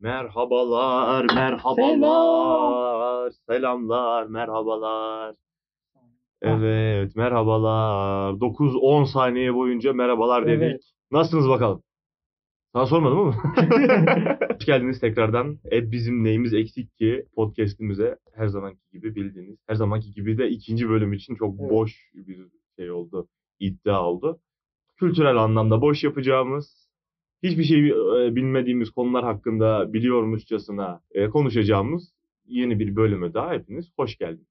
Merhabalar, selamlar, merhabalar. Evet, merhabalar. 9-10 saniye boyunca merhabalar dedik. Evet. Nasılsınız bakalım? Sana sormadım ama. Hoş geldiniz tekrardan. Bizim neyimiz eksik ki podcast'imize her zamanki gibi bildiğiniz. Her zamanki gibi de ikinci bölüm için çok Evet. boş bir şey oldu. İddia oldu. Kültürel anlamda boş yapacağımız, hiçbir şey bilmediğimiz konular hakkında biliyormuşçasına konuşacağımız yeni bir bölüme daha hepiniz hoş geldiniz.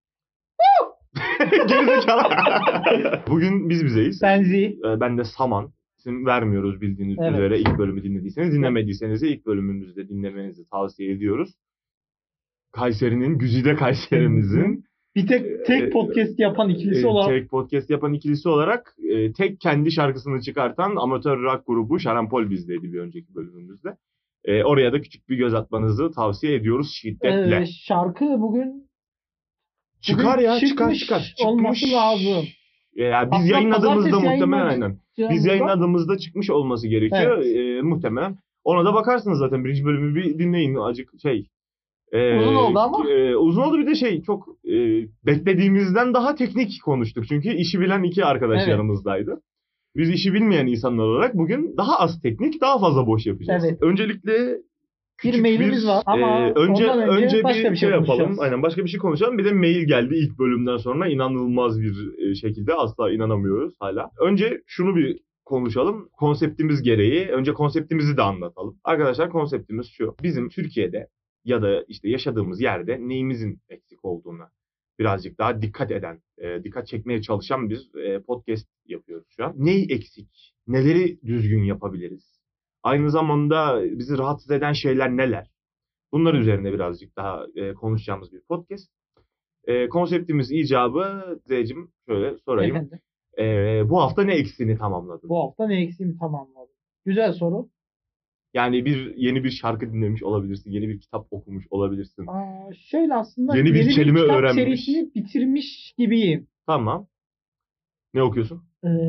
Gerizekalı. Bugün biz bizeyiz. Benzi. Ben de Saman. İsim vermiyoruz bildiğiniz Evet. üzere ilk bölümü dinlediyseniz. Dinlemediyseniz de ilk bölümümüzü de dinlemenizi tavsiye ediyoruz. Kayseri'nin, Güzide Kayserimizin Bir tek podcast yapan ikilisi olarak. Tek podcast yapan ikilisi olarak tek kendi şarkısını çıkartan amatör rock grubu Şarampol bizdeydi bir önceki bölümümüzde. Oraya da küçük bir göz atmanızı tavsiye ediyoruz şiddetle. Şarkı bugün Çıkar ya, çıkar. çıkmış olması lazım. Ya biz Aslında yayınladığımızda pazartesi muhtemelen aynen. Biz yayınladığımızda çıkmış olması gerekiyor. Evet. Muhtemelen. Ona da bakarsınız zaten. Birinci bölümü bir dinleyin. Acık Uzun oldu ama. Uzun oldu, bir de çok beklediğimizden daha teknik konuştuk. Çünkü işi bilen iki arkadaş Evet. yanımızdaydı. Biz işi bilmeyen insanlar olarak bugün daha az teknik, daha fazla boş yapacağız. Evet. Öncelikle Bir mailimiz var ama ondan önce başka bir şey yapalım. konuşacağız. Aynen, başka bir şey konuşalım. Bir de mail geldi ilk bölümden sonra, inanılmaz bir şekilde, asla inanamıyoruz hala. Önce şunu bir konuşalım. Konseptimiz gereği önce konseptimizi de anlatalım. Arkadaşlar, konseptimiz şu. Bizim Türkiye'de ya da işte yaşadığımız yerde neyimizin eksik olduğuna birazcık daha dikkat çekmeye çalışan bir podcast yapıyoruz şu an. Neyi eksik? Neleri düzgün yapabiliriz? Aynı zamanda bizi rahatsız eden şeyler neler? Bunlar üzerine birazcık daha konuşacağımız bir podcast. Konseptimiz icabı Z'cim şöyle sorayım. Efendim? Bu hafta ne eksiğini tamamladın? Bu hafta ne eksiğimi tamamladım. Güzel soru. Yani yeni bir şarkı dinlemiş olabilirsin, yeni bir kitap okumuş olabilirsin. Şöyle aslında Yeni bir kelime kitap öğrenmiş. serisini bitirmiş gibiyim. Tamam. Ne okuyorsun?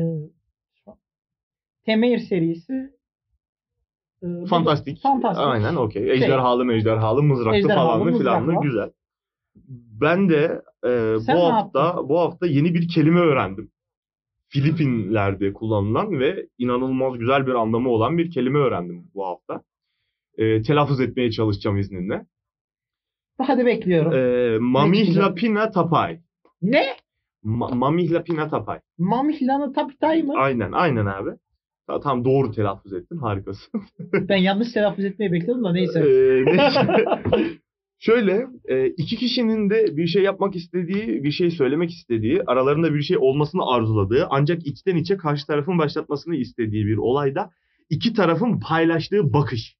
Temel serisi. Fantastik. Aynen, okey. Ejderhalı, mızraklı Ejderhalı, falanlı filanlı, mızraklı. güzel. Ben de Sen ne yaptın? bu hafta yeni bir kelime öğrendim. Filipinler'de kullanılan ve inanılmaz güzel bir anlamı olan bir kelime öğrendim bu hafta. Telaffuz etmeye çalışacağım izninle. Hadi bekliyorum. Mamihlapina tapay. Ne? Mamihlapina tapay. Mamihlana tapitay mı? Aynen abi. Tam doğru telaffuz ettin. Harikasın. Ben yanlış telaffuz etmeyi bekledim da neyse. Neyse. Şöyle, iki kişinin de bir şey yapmak istediği, bir şey söylemek istediği, aralarında bir şey olmasını arzuladığı, ancak içten içe karşı tarafın başlatmasını istediği bir olayda iki tarafın paylaştığı bakış.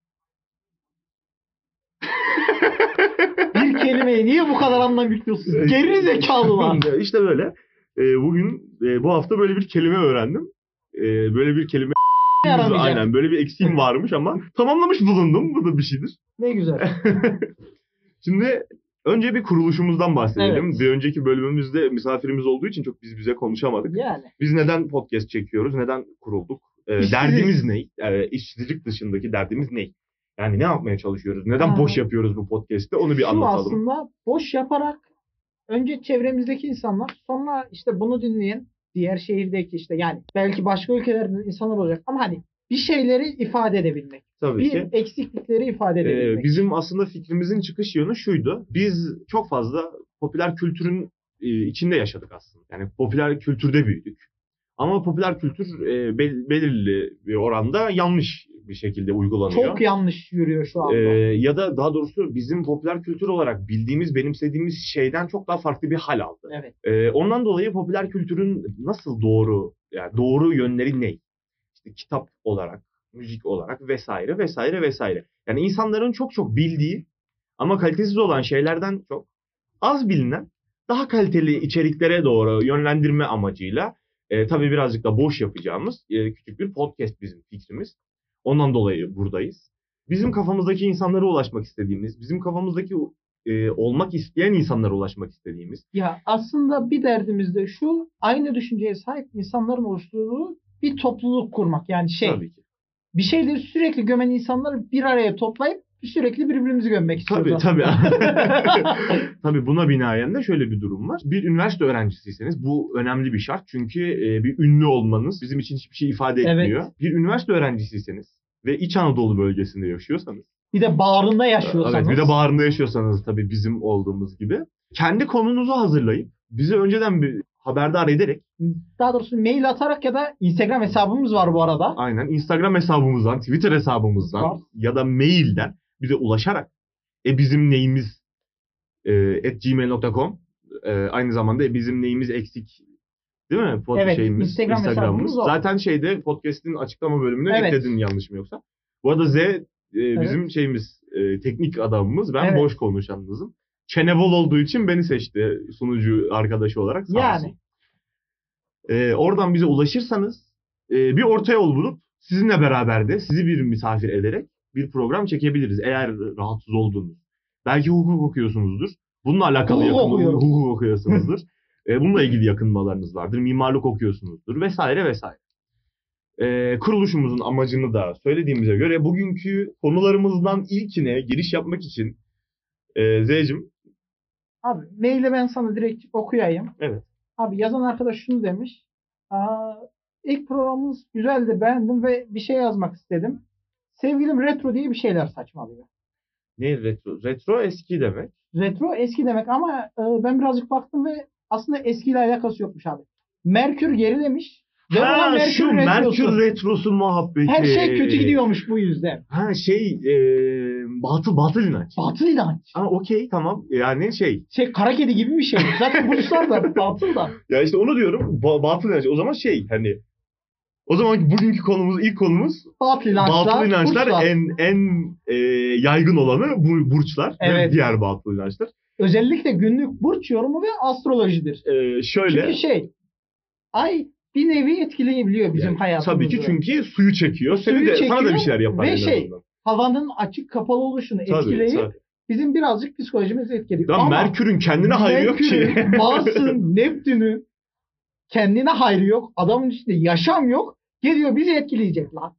Bir kelimeyi niye bu kadar anlam yüklüyorsunuz? Geri zekalılar. İşte böyle. Bugün, bu hafta böyle bir kelime öğrendim. Böyle bir kelime aynen, böyle bir eksiğim varmış ama tamamlamış bulundum. Bu da bir şeydir. Ne güzel. Şimdi önce bir kuruluşumuzdan bahsedelim. Evet. Bir önceki bölümümüzde misafirimiz olduğu için çok bize konuşamadık. Yani. Biz neden podcast çekiyoruz? Neden kurulduk? Derdimiz ne? İşsizlik dışındaki derdimiz ne? Yani ne yapmaya çalışıyoruz? Neden boş yapıyoruz bu podcast'te? Onu bir anlatalım. Aslında boş yaparak önce çevremizdeki insanlar, sonra işte bunu dinleyen diğer şehirdeki işte, yani belki başka ülkelerde insanlar olacak ama hani bir şeyleri ifade edebilmek. Tabii ki. Eksiklikleri ifade edebilmek. Bizim aslında fikrimizin çıkış yönü şuydu. Biz çok fazla popüler kültürün içinde yaşadık aslında. Yani popüler kültürde büyüdük. Ama popüler kültür belirli bir oranda yanlış bir şekilde uygulanıyor. Çok yanlış yürüyor şu anda. Ya da daha doğrusu bizim popüler kültür olarak bildiğimiz, benimsediğimiz şeyden çok daha farklı bir hal aldı. Evet. Ondan dolayı popüler kültürün nasıl doğru yönleri ne? İşte kitap olarak, müzik olarak vesaire vesaire vesaire. Yani insanların çok bildiği ama kalitesiz olan şeylerden çok az bilinen, daha kaliteli içeriklere doğru yönlendirme amacıyla tabii birazcık da boş yapacağımız küçük bir podcast bizim fikrimiz. Ondan dolayı buradayız. Bizim kafamızdaki insanlara ulaşmak istediğimiz, bizim kafamızdaki olmak isteyen insanlara ulaşmak istediğimiz. Ya aslında bir derdimiz de şu: aynı düşünceye sahip insanların oluşturduğu bir topluluk kurmak. Yani Tabii ki. bir şeyleri sürekli gömen insanları bir araya toplayıp sürekli birbirimizi gömmek istiyoruz. Tabii. Tabii buna binaen de şöyle bir durum var. Bir üniversite öğrencisiyseniz bu önemli bir şart. Çünkü bir ünlü olmanız bizim için hiçbir şey ifade etmiyor. Evet. Bir üniversite öğrencisiyseniz ve İç Anadolu bölgesinde yaşıyorsanız. Bir de bağrında yaşıyorsanız. Evet, bir de bağrında yaşıyorsanız tabii bizim olduğumuz gibi. Kendi konunuzu hazırlayıp bizi önceden bir haberdar ederek. Daha doğrusu mail atarak ya da Instagram hesabımız var bu arada. Aynen Instagram hesabımızdan, Twitter hesabımızdan var. ya da mailden bize ulaşarak bizim neyimiz @gmail.com aynı zamanda bizim neyimiz eksik değil mi? Evet, şeyimiz, Instagram'ımız Instagram'ımız. o. Zaten podcast'in açıklama bölümüne Evet. ekledin yanlış mı yoksa? Bu arada Z bizim şeyimiz teknik adamımız. Ben Evet. boş konuşanınızım. Çenebol olduğu için beni seçti sunucu arkadaşı olarak. Sağ olsun. Oradan bize ulaşırsanız bir orta yol bulup sizinle beraber de sizi bir misafir ederek bir program çekebiliriz. Eğer rahatsız olduğunuz. Belki hukuk okuyorsunuzdur. Bununla alakalı hukuk okuyorsunuzdur. Bununla ilgili yakınmalarınız vardır. Mimarlık okuyorsunuzdur vesaire vesaire. Kuruluşumuzun amacını da söylediğimize göre bugünkü konularımızdan ilkine giriş yapmak için Z'cim. Abi maili ben sana direkt okuyayım. Evet. Abi yazan arkadaş şunu demiş. İlk programımız güzeldi, beğendim ve bir şey yazmak istedim. Sevgilim retro diye bir şeyler saçmalıyor. Ne retro? Retro eski demek. Retro eski demek ama ben birazcık baktım ve aslında eskiyle alakası yokmuş abi. Merkür gerilemiş. Şu Merkür retrosu muhabbeti. Her şey kötü gidiyormuş bu yüzden. Batıl inanç. Batıl inanç. Okey tamam. Yani kara kedi gibi bir şey. Zaten burçlar da batıl da. Ya işte onu diyorum. Batıl inanç. O zaman o zaman bugünkü ilk konumuz batıl inançlar burçlar. En yaygın olanı bu burçlar. Evet. Ve diğer batıl inançlar. Özellikle günlük burç yorumu ve astrolojidir. Şöyle. Çünkü ay bir nevi etkileyebiliyor bizim hayatımızı. Tabii ki çünkü suyu çekiyor. Sana da bir şeyler yapar. Ve havanın açık kapalı oluşunu etkileyip bizim birazcık psikolojimizi etkiliyor. Ama Merkür'ün kendine hayrı yok ki. Mars'ın, Neptün'ün kendine hayrı yok. Adamın içinde yaşam yok. Geliyor bizi etkileyecek lan.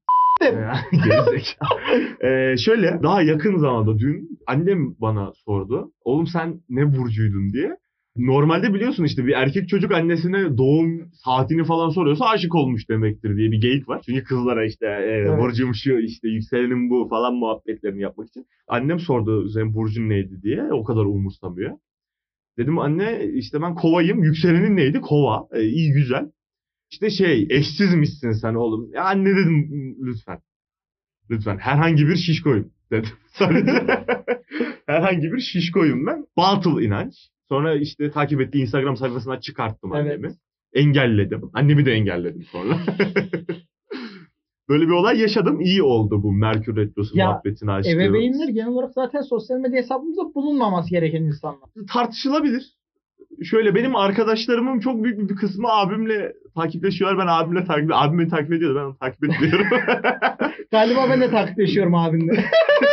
Şöyle daha yakın zamanda dün annem bana sordu. Oğlum sen ne burcuydun diye. Normalde biliyorsun işte bir erkek çocuk annesine doğum saatini falan soruyorsa aşık olmuş demektir diye bir geyik var. Çünkü kızlara işte burcum şu işte yükselenim bu falan muhabbetlerini yapmak için. Annem sordu senin burcun neydi diye, o kadar umursamıyor. Dedim anne işte ben kovayım, yükselenin neydi? Kova. İyi güzel. İşte eşsizmişsin sen oğlum. Ya anne dedim lütfen. Lütfen herhangi bir şişkoyum dedim. Herhangi bir şişkoyum ben. Batıl inanç. Sonra işte takip ettiği Instagram sayfasına çıkarttım annemi. Evet. Engelledim. Annemi de engelledim sonra. Böyle bir olay yaşadım. İyi oldu bu Merkür Retrosu muhabbetini açtığımız. Ebeveynler genel olarak zaten sosyal medya hesabımızda bulunmaması gereken insanlar. Tartışılabilir. Şöyle benim arkadaşlarımın çok büyük bir kısmı abimle takipleşiyorlar. Ben abim beni takip ediyordu. Ben onu takip etmiyorum. Galiba ben de takipleşiyorum abimle.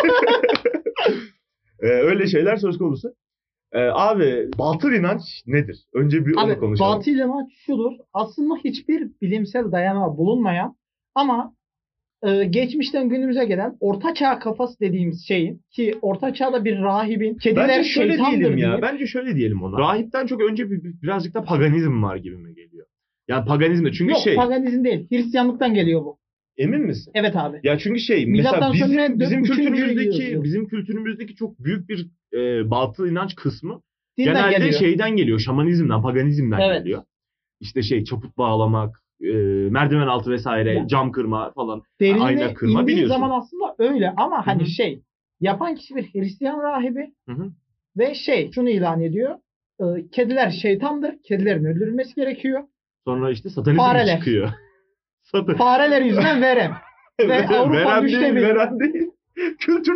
Öyle şeyler söz konusu. Abi batıl inanç nedir? Önce bir onu konuşalım. Batıl inanç şudur. Aslında hiçbir bilimsel dayanağı bulunmayan ama geçmişten günümüze gelen Orta Çağ kafası dediğimiz şeyin, ki Orta Çağ'da bir rahibin kediler şeytandır diye. Bence şöyle diyelim ona. Rahipten çok önce birazcık da paganizm var gibime geliyor. Yani paganizm de çünkü paganizm değil. Hristiyanlıktan geliyor bu. Emin misin? Evet abi. Ya çünkü mesela bizim kültürümüzdeki çok büyük bir batıl inanç kısmı genelde şeyden geliyor. Şamanizmden, paganizmden geliyor. İşte çaput bağlamak, merdiven altı vesaire, cam kırma falan, ayna kırma biliyorsun. Zaman aslında öyle ama hani yapan kişi bir Hristiyan rahibi. Hı-hı. Ve şunu ilan ediyor. Kediler şeytandır. Kedilerin öldürülmesi gerekiyor. Sonra işte satanizm çıkıyor. Fareler yüzünden verem. Ve Avrupa verem değil. Kültür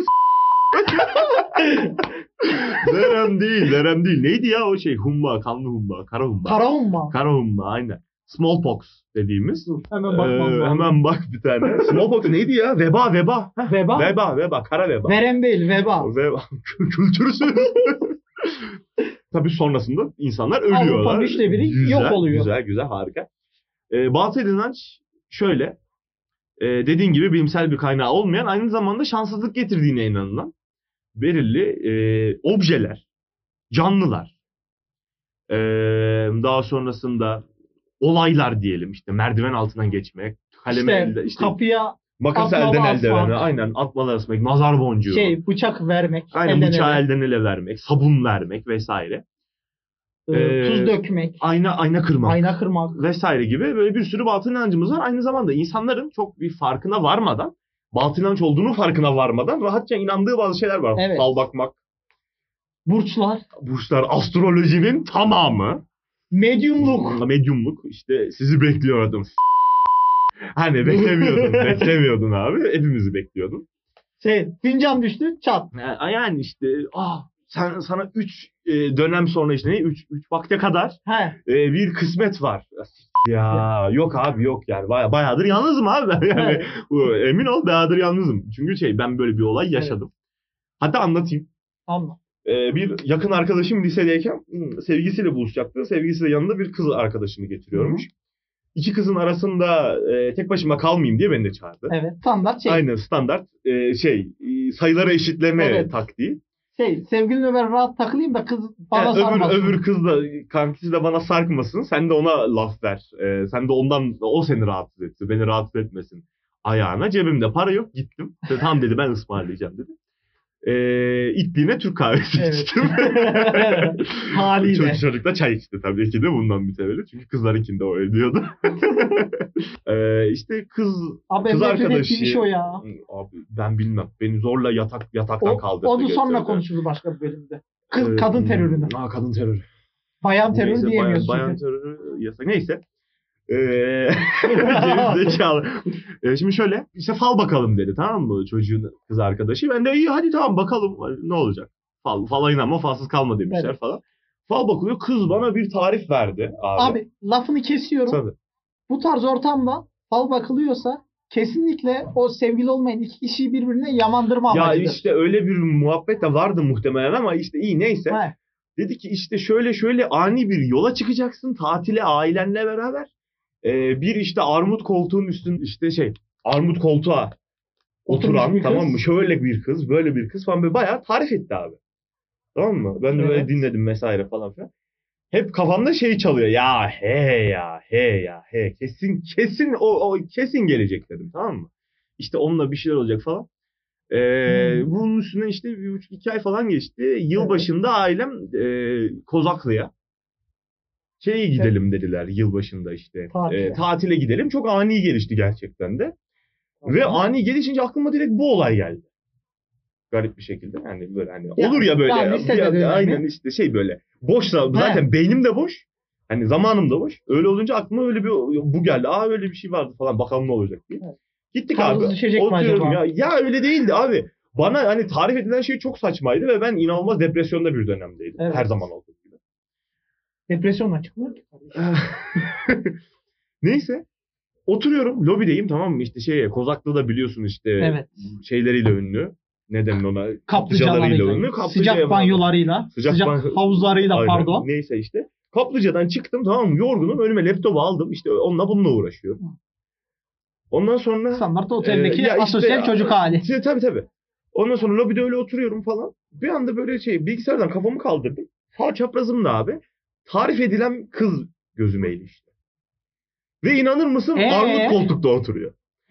verem değil. Neydi ya o humma, kanlı humma, kara humma. Kara humma aynen. Smallpox dediğimiz. Hemen bakmam hemen bak bir tane. Smallpox neydi ya? Veba. Veba. Kara veba. Verem değil, veba. Kültürsüz. Tabii sonrasında insanlar ölüyorlar. Avrupa'nın 3'te 1'i yok oluyor. Güzel, harika. Batıl inanç şöyle. dediğin gibi bilimsel bir kaynağı olmayan, aynı zamanda şanssızlık getirdiğine inanılan belirli objeler, canlılar, daha sonrasında olaylar diyelim, işte merdiven altından geçmek, kalemi İşte elde, işte kapıya makas atmalı elden elde asmak. vermek, aynen atmalı asmak, nazar boncuğu, Bıçak vermek. aynen elden bıçağı ele. elden ele vermek, sabun vermek vesaire. Tuz dökmek. Ayna kırmak. Ayna kırmak. Vesaire gibi böyle bir sürü batıl inancımız var. Aynı zamanda insanların çok bir farkına varmadan, batıl inanç olduğunu farkına varmadan rahatça inandığı bazı şeyler var. Evet. Fal bakmak, Burçlar. burçlar, astrolojinin tamamı. Medyumluk. Medyumluk. İşte sizi bekliyordum. Hani beklemiyordun abi. Hepimizi bekliyordun. Fincan düştü, çat. Yani işte sana 3 dönem sonra işte ne? 3 vakte kadar bir kısmet var. Ya yok abi, yok yani. Bayağıdır yalnızım abi ben. Yani Evet. emin ol, bayağıdır yalnızım. Çünkü ben böyle bir olay yaşadım. Hatta anlatayım. Anla. Bir yakın arkadaşım lisedeyken sevgilisiyle buluşacaktı. Sevgilisi de yanında bir kız arkadaşını getiriyormuş. İki kızın arasında tek başıma kalmayayım diye beni de çağırdı. Evet, standart şey. Aynen standart sayıları eşitleme taktiği. Sevgilimle ben rahat takılayım da kız bana sarmasın. Öbür kız da, kankisi de bana sarkmasın. Sen de ona laf ver. Sen de o seni rahatsız etsin. Beni rahatsız etmesin ayağına. Cebimde para yok, gittim. Tamam dedi, ben ısmarlayacağım dedi. İtliğine Türk kahvesi içtim. Haliyle. Çocuk da çay içti tabii ki de bundan mütevellit. Çünkü kızlarınkinde o ödüyordu. İşte kız arkadaşı. Şey o ya. Abi ben bilmem. Beni zorla yataktan kaldırdı. Onu sonra konuşuruz başka bir bölümde. Kadın terörünü. Kadın terörü. Bayan terörü diyemiyorsun. Bayan terörü yasak. Neyse. Gerizekalı. Şimdi şöyle, işte fal bakalım dedi, tamam mı, çocuğun kız arkadaşı. Ben de iyi, hadi tamam bakalım ne olacak. Fala inanma, falsız kalma demişler falan. Fal bakılıyor, kız bana bir tarif verdi abi. Lafını kesiyorum. Tabii. Bu tarz ortamda fal bakılıyorsa kesinlikle o sevgili olmayan iki kişiyi birbirine yamandırma amacıdır. Ya işte öyle bir muhabbet de vardı muhtemelen ama işte iyi, neyse. Dedi ki işte şöyle ani bir yola çıkacaksın tatile ailenle beraber. Bir işte armut koltuğun üstünde işte armut koltuğa oturan, tamam mı? Şöyle bir kız, böyle bir kız falan, böyle bayağı tarif etti abi. Tamam mı? Ben de böyle dinledim vesaire falan filan. Hep kafamda çalıyor. Ya he. Kesin o kesin gelecek dedim, tamam mı? İşte onunla bir şeyler olacak falan. Bunun üstüne işte 1,5-2 ay falan geçti. Yılbaşında ailem Kozaklı'ya gidelim dediler yılbaşında işte. Tatile gidelim. Çok ani gelişti gerçekten de. Ve ani gelişince aklıma direkt bu olay geldi. Garip bir şekilde. Yani böyle hani olur ya böyle. Aynen işte böyle. Boşsa zaten beynim de boş. Hani zamanım da boş. Öyle olunca aklıma öyle bu geldi. Öyle bir şey vardı falan. Bakalım ne olacak diye. Evet. Gittik abi. Oturuyorum ya. Ya öyle değildi abi. Bana hani tarif edilen şey çok saçmaydı ve ben inanılmaz depresyonda bir dönemdeydim. Evet. Her zaman olduğu gibi. Depresyonla çıkmıyor ki. Neyse. Oturuyorum. Lobideyim, tamam mı? İşte Kozaklı'da biliyorsun işte şeyleriyle ünlü. Ne denir ona? Kaplıcalarıyla ünlü. Sıcak banyolarıyla. Sıcak havuzlarıyla pardon. Neyse işte. Kaplıcadan çıktım, tamam mı? Yorgunum. Önüme laptopu aldım. İşte bununla uğraşıyorum. Ondan sonra standart oteldeki asosyal çocuk hali. Tabii. Ondan sonra lobide öyle oturuyorum falan. Bir anda böyle bilgisayardan kafamı kaldırdım. Sağ çaprazımda abi tarif edilen kız gözüme ilişti. Ve inanır mısın armut koltukta oturuyor.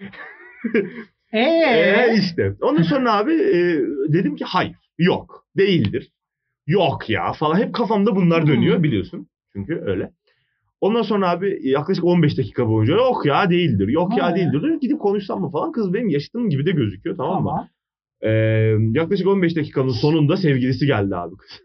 İşte. Ondan sonra abi dedim ki hayır, yok, değildir. Yok ya falan. Hep kafamda bunlar dönüyor biliyorsun. Çünkü öyle. Ondan sonra abi yaklaşık 15 dakika boyunca yok ya değildir, yok ya değildir. Gidip konuşsam mı falan. Kız benim yaşıtım gibi de gözüküyor, tamam mı? Yaklaşık 15 dakikanın sonunda sevgilisi geldi abi kız.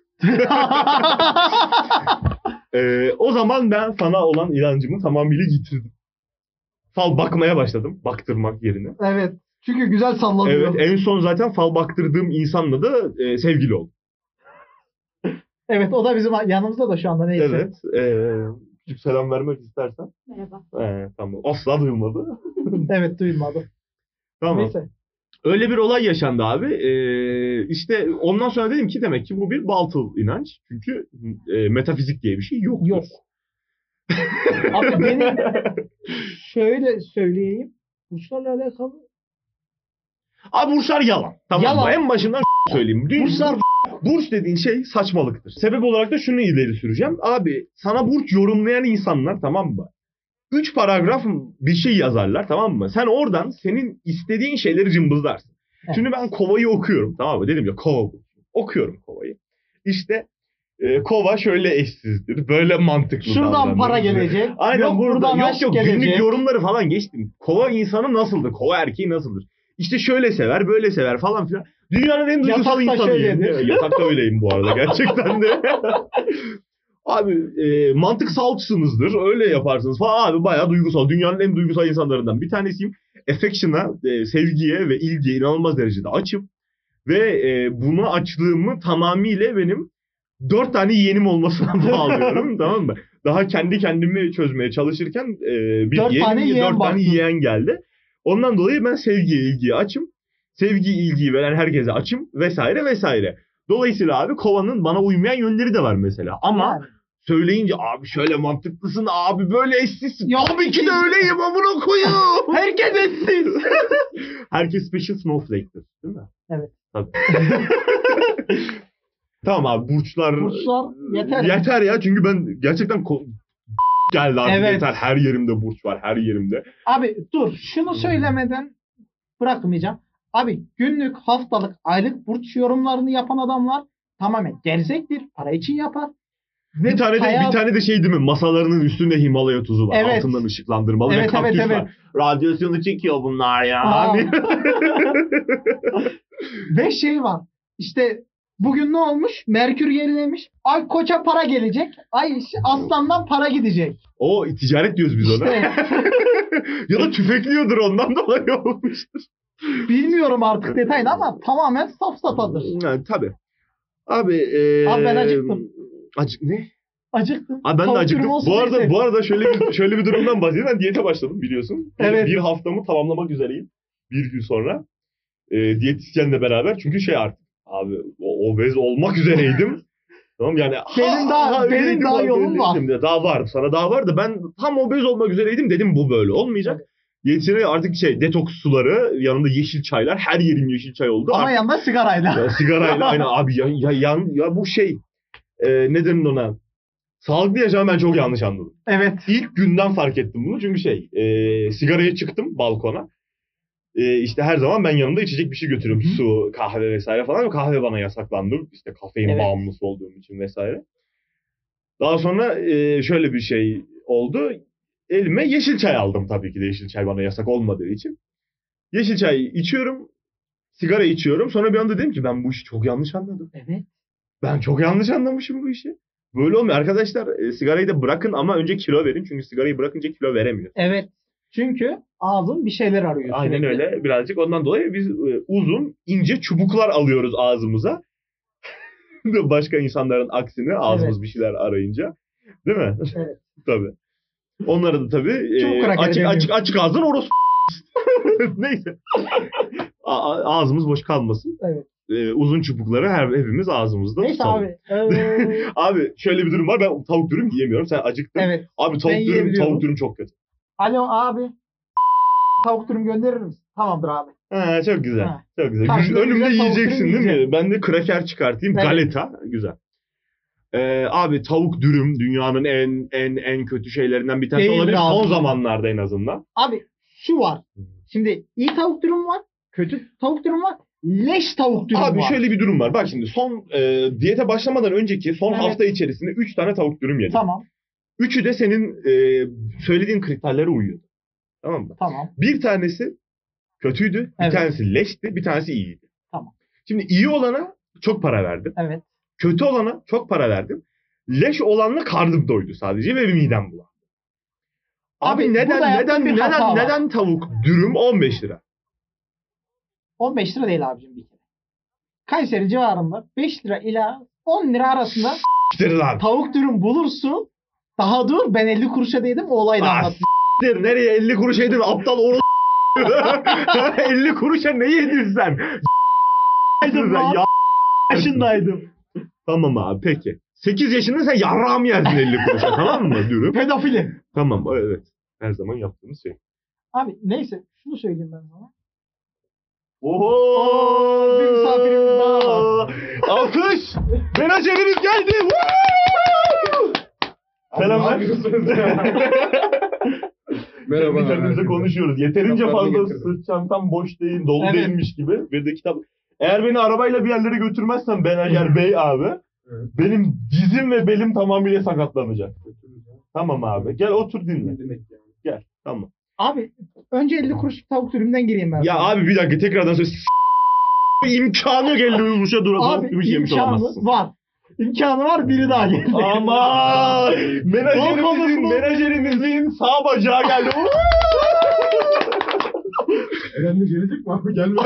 O zaman ben sana olan inancımı tamamıyla yitirdim. Fal bakmaya başladım. Baktırmak yerine. Evet. Çünkü güzel sallanıyor. Evet. En son zaten fal baktırdığım insanla da sevgili oldum. Evet. O da bizim yanımızda da şu anda, neyse. Evet. Küçük selam vermek istersen. Merhaba. Tamam. Asla duyulmadı. Evet, duyulmadı. Tamam. Neyse. Öyle bir olay yaşandı abi. İşte ondan sonra dedim ki demek ki bu bir batıl inanç. Çünkü metafizik diye bir şey yok. Yok. Abi benim şöyle söyleyeyim. Burçlarla alakalı. Abi burçlar yalan. Tamam Yalan. mı? En başından söyleyeyim. Burçlar Burç dediğin şey saçmalıktır. Sebep olarak da şunu ileri süreceğim. Abi sana burç yorumlayan insanlar, tamam mı? 3 paragraf bir şey yazarlar, tamam mı? Sen oradan senin istediğin şeyleri cımbızlarsın. Evet. Şimdi ben kovayı okuyorum, tamam mı? Dedim ya kova bu. Okuyorum kovayı. İşte kova şöyle eşsizdir. Böyle mantıklı şuradan davranır. para gelecek. Aynen yok burada. buradan Yok aşk yok gelecek. günlük yorumları falan geçtim. Kova insanı nasıldır? Kova erkeği nasıldır? İşte şöyle sever, böyle sever falan filan. Dünyanın en duygusal Yatakta insanıyım. şöyledir. Yatakta öyleyim bu arada gerçekten de. Abi mantık salçsınızdır. Öyle yaparsınız falan. Abi bayağı duygusal. Dünyanın en duygusal insanlarından bir tanesiyim. Affection'a, sevgiye ve ilgiye inanılmaz derecede açım. Ve bunu açlığımı tamamıyla benim 4 tane yeğenim olmasına bağlıyorum. Tamam mı? Daha kendi kendimi çözmeye çalışırken bir 4 tane yeğen 4 tane yeğen geldi. Ondan dolayı ben sevgiye, ilgiye açım. Sevgi, ilgiyi veren herkese açım vesaire vesaire. Dolayısıyla abi kovanın bana uymayan yönleri de var mesela. Ama Yani. söyleyince abi şöyle mantıklısın, abi böyle eşsizsin. Yok, Tabii ki de öyleyim amına koyayım. Herkes eşsiz. Herkes special snowflake'tir, değil mi? Evet. Tabii. Tamam abi burçlar yeter. Yeter ya çünkü ben gerçekten geldi artık Evet. yeter. Her yerimde burç var, her yerimde. Abi dur şunu söylemeden bırakmayacağım. Abi günlük, haftalık, aylık burç yorumlarını yapan adamlar tamamen gerzektir. Para için yapar. Ve Bir tane de şey değil mi? Masalarının üstünde Himalaya tuzu var. Evet. Altından ışıklandırmalı ve kaktüs var. Radyasyonu çekiyor bunlar ya. Hani- Ve şey var. İşte bugün ne olmuş? Merkür gerilemiş. Ay Koç'a para gelecek. Ay Aslan'dan para gidecek. O ticaret diyoruz biz ona. İşte Ya da tüfekliyordur ondan dolayı olmuştur. bilmiyorum artık detayını ama tamamen safsatadır. Yani, tabii. Abi, Abi ben acıktım. Ne? Acıktım. Abi ben de Tavuk acıktım. dürüm olsun Bu neyse. arada şöyle bir durumdan bahsedeyim. Ben diyete başladım biliyorsun. Evet. Bir haftamı tamamlamak üzereyim. Bir gün sonra. Diyetisyenle beraber. Çünkü şey artık. Abi obez olmak üzereydim. Tamam yani. Benim daha yolum var. Daha var. Sana daha var da ben tam obez olmak üzereydim dedim bu böyle olmayacak. Evet. Diyetisyene artık detoks suları, yanında yeşil çaylar, her yerim yeşil çay oldu. Ama artık, yanında sigarayla. ya, sigarayla aynen abi ya bu ne denir ona? Sağlıklı yaşamı ben çok yanlış anladım. Evet. İlk günden fark ettim bunu çünkü sigaraya çıktım balkona. İşte her zaman ben yanımda içecek bir şey götürüyorum. Su, kahve vesaire falan. Kahve bana yasaklandı. İşte kafein Evet. bağımlısı olduğum için vesaire. Daha sonra şöyle bir şey oldu. Elime yeşil çay aldım tabii ki de yeşil çay bana yasak olmadığı için. Yeşil çay içiyorum. Sigara içiyorum. Sonra bir anda dedim ki ben bu işi çok yanlış anladım. Evet. Ben çok yanlış anlamışım bu işi. Böyle olmuyor. Arkadaşlar sigarayı da bırakın ama önce kilo verin. Çünkü sigarayı bırakınca kilo veremiyor. Evet. Çünkü ağzın bir şeyler arıyor. Aynen sürekli. öyle. Birazcık ondan dolayı biz uzun, ince çubuklar alıyoruz ağzımıza. Başka insanların aksine ağzımız bir şeyler arayınca. Değil mi? Evet. Tabii. Onları da tabii Çubuk kraker açık ağzın orospu. Neyse. Ağzımız boş kalmasın. Evet. Uzun çubukları hepimiz ağzımızda Neyse tutalım. abi. Abi şöyle bir durum var. Ben tavuk dürüm yiyemiyorum. Sen acıktın. Evet. Abi Ben tavuk dürüm çok kötü. Alo abi. Tavuk dürüm gönderir misin? Tamamdır abi. Ha, çok güzel. Ha. Çok güzel. Karşılığında Önümde güzel tavuk yiyeceksin dürüm değil mi? yiyeceğim. Ben de kraker çıkartayım. Evet. Galeta. Güzel. Abi tavuk dürüm dünyanın en kötü şeylerinden bir tanesi Değildir olabilir. abi. Son zamanlarda en azından. Abi şu var. Şimdi iyi tavuk dürüm var. Kötü tavuk dürüm var. Leş tavuk dürüm Abi var. şöyle bir durum var. Bak şimdi diyete başlamadan önceki son Evet. hafta içerisinde 3 tane tavuk dürüm yedim. Tamam. Üçü de senin söylediğin kriterlere uyuyordu. Tamam mı? Tamam. Bir tanesi kötüydü. Bir Evet. tanesi leşti. Bir tanesi iyiydi. Tamam. Şimdi iyi olana çok para verdim. Evet. Kötü olana çok para verdim. Leş olanla karnım doydu sadece ve midem bulandı. Abi burada yaptığın bir hata var. neden tavuk dürüm 15 lira? 15 lira değil abicim bir kere. Kayseri civarında 5 lira ila 10 lira arasında İşte lan. tavuk dürüm bulursun. Daha dur ben 50 kuruşa değdim o olayı da Ah, anlatayım. s**tir, nereye 50 kuruş yedin aptal oru 50 kuruşa ne yedin sen? Yedin lan. Ya, Yaşındaydım. tamam abi peki. 8 yaşında sen yarrağımı yersin 50 kuruşa tamam mı dürüm? Pedofili. Tamam evet. Her zaman yaptığımız şey. Abi neyse şunu söyleyeyim ben sana. Oho! Bir misafirimiz daha var. Alkış! Menajerimiz geldi! Woo! Selamlar. Merhaba. Kendi kendimize konuşuyoruz. Yeterince Kitaplarını fazla getirdim. sırt çantam boş değil, dolu Evet. değilmiş gibi. Bir de kitap. Eğer beni arabayla bir yerlere götürmezsen Menajer Bey abi, Evet. benim dizim ve belim tamamıyla sakatlanacak. Tamam abi. Gel otur dinle. Ne demek yani? Gel. Tamam. Abi önce 50 kuruş tavuk dürümden gireyim ben. Ya sana. abi bir dakika tekrardan söyle. İmkanı yok 50 kuruşa dur. Abi Yemiş imkanı olamazsın. var. İmkanı var, biri daha geldi. Aman! Korkmalısın. Menajerimizin sağ bacağı geldi. Eren de gelecek mi abi? Gelmez